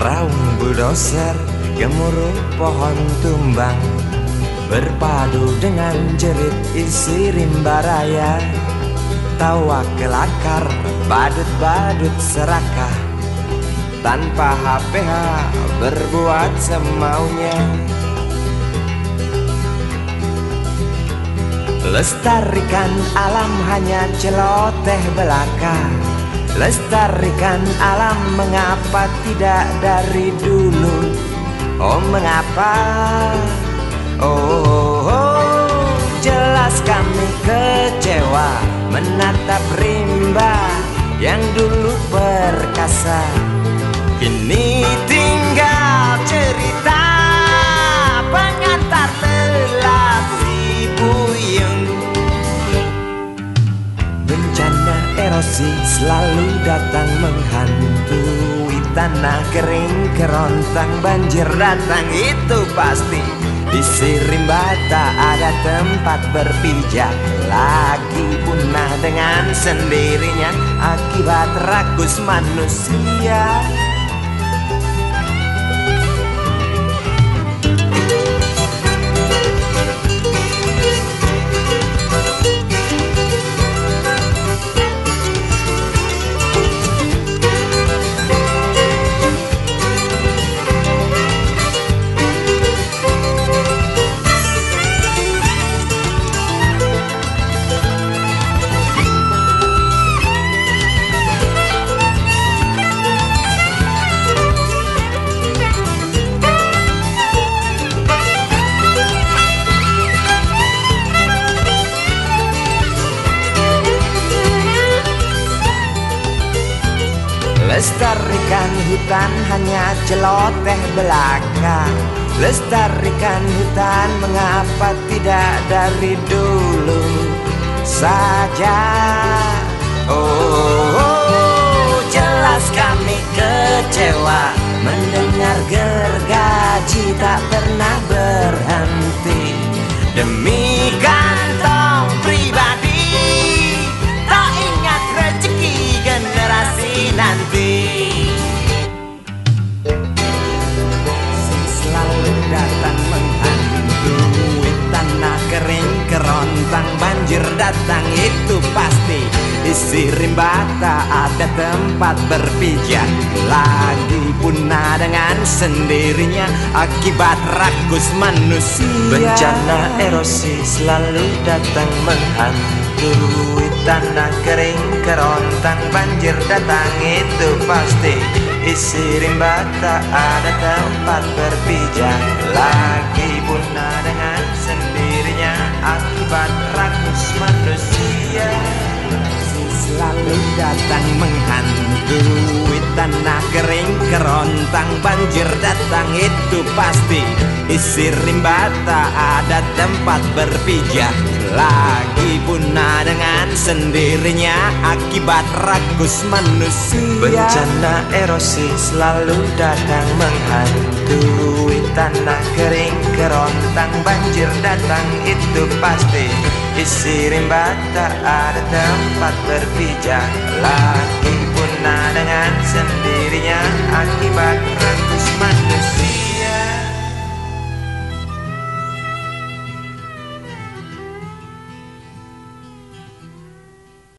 Raung bulldozer, gemuruh pohon tumbang, berpadu dengan jerit isi rimba raya. Tawa kelakar, badut-badut serakah, tanpa HPH berbuat semaunya. Lestarikan alam hanya celoteh belaka. Lestarikan alam mengapa tidak dari dulu? Oh mengapa? Oh, jelas kami kecewa menatap rimba yang dulu perkasa. Kini tinggal cerita pengantar lelaki buyung. Bencana erosi selalu datang menghantui tanah kering kerontang, banjir datang itu pasti. Di rimba tak ada tempat berpijak lagi, punah dengan sendirinya akibat rakus manusia. Lestarikan hutan hanya celoteh belaka. Lestarikan hutan mengapa tidak dari dulu saja? Oh, jelas kami kecewa mendengar gergaji tak pernah berhenti. Demi kantong pribadi, tak ingat rezeki generasi nanti. Selalu datang menghantui tanah kering kerontang, banjir datang itu pasti. Isi rimba tak ada tempat berpijak lagi, punah dengan sendirinya akibat rakus manusia. Bencana erosi selalu datang menghantui tanah kering kerontang, banjir datang itu pasti. Isi rimba tak ada tempat berpijak lagi, punah dengan sendirinya akibat rakus manusia. Selalu datang menghantui tanah kering kerontang, banjir datang itu pasti. Isi rimba tak ada tempat berpijak lagi, punah dengan sendirinya akibat rakus manusia. Bencana erosi selalu datang menghantui tanah kering kerontang, banjir datang itu pasti. Isi rimba tak ada tempat berpijak lagi, punah dengan sendirinya akibat rakus manusia.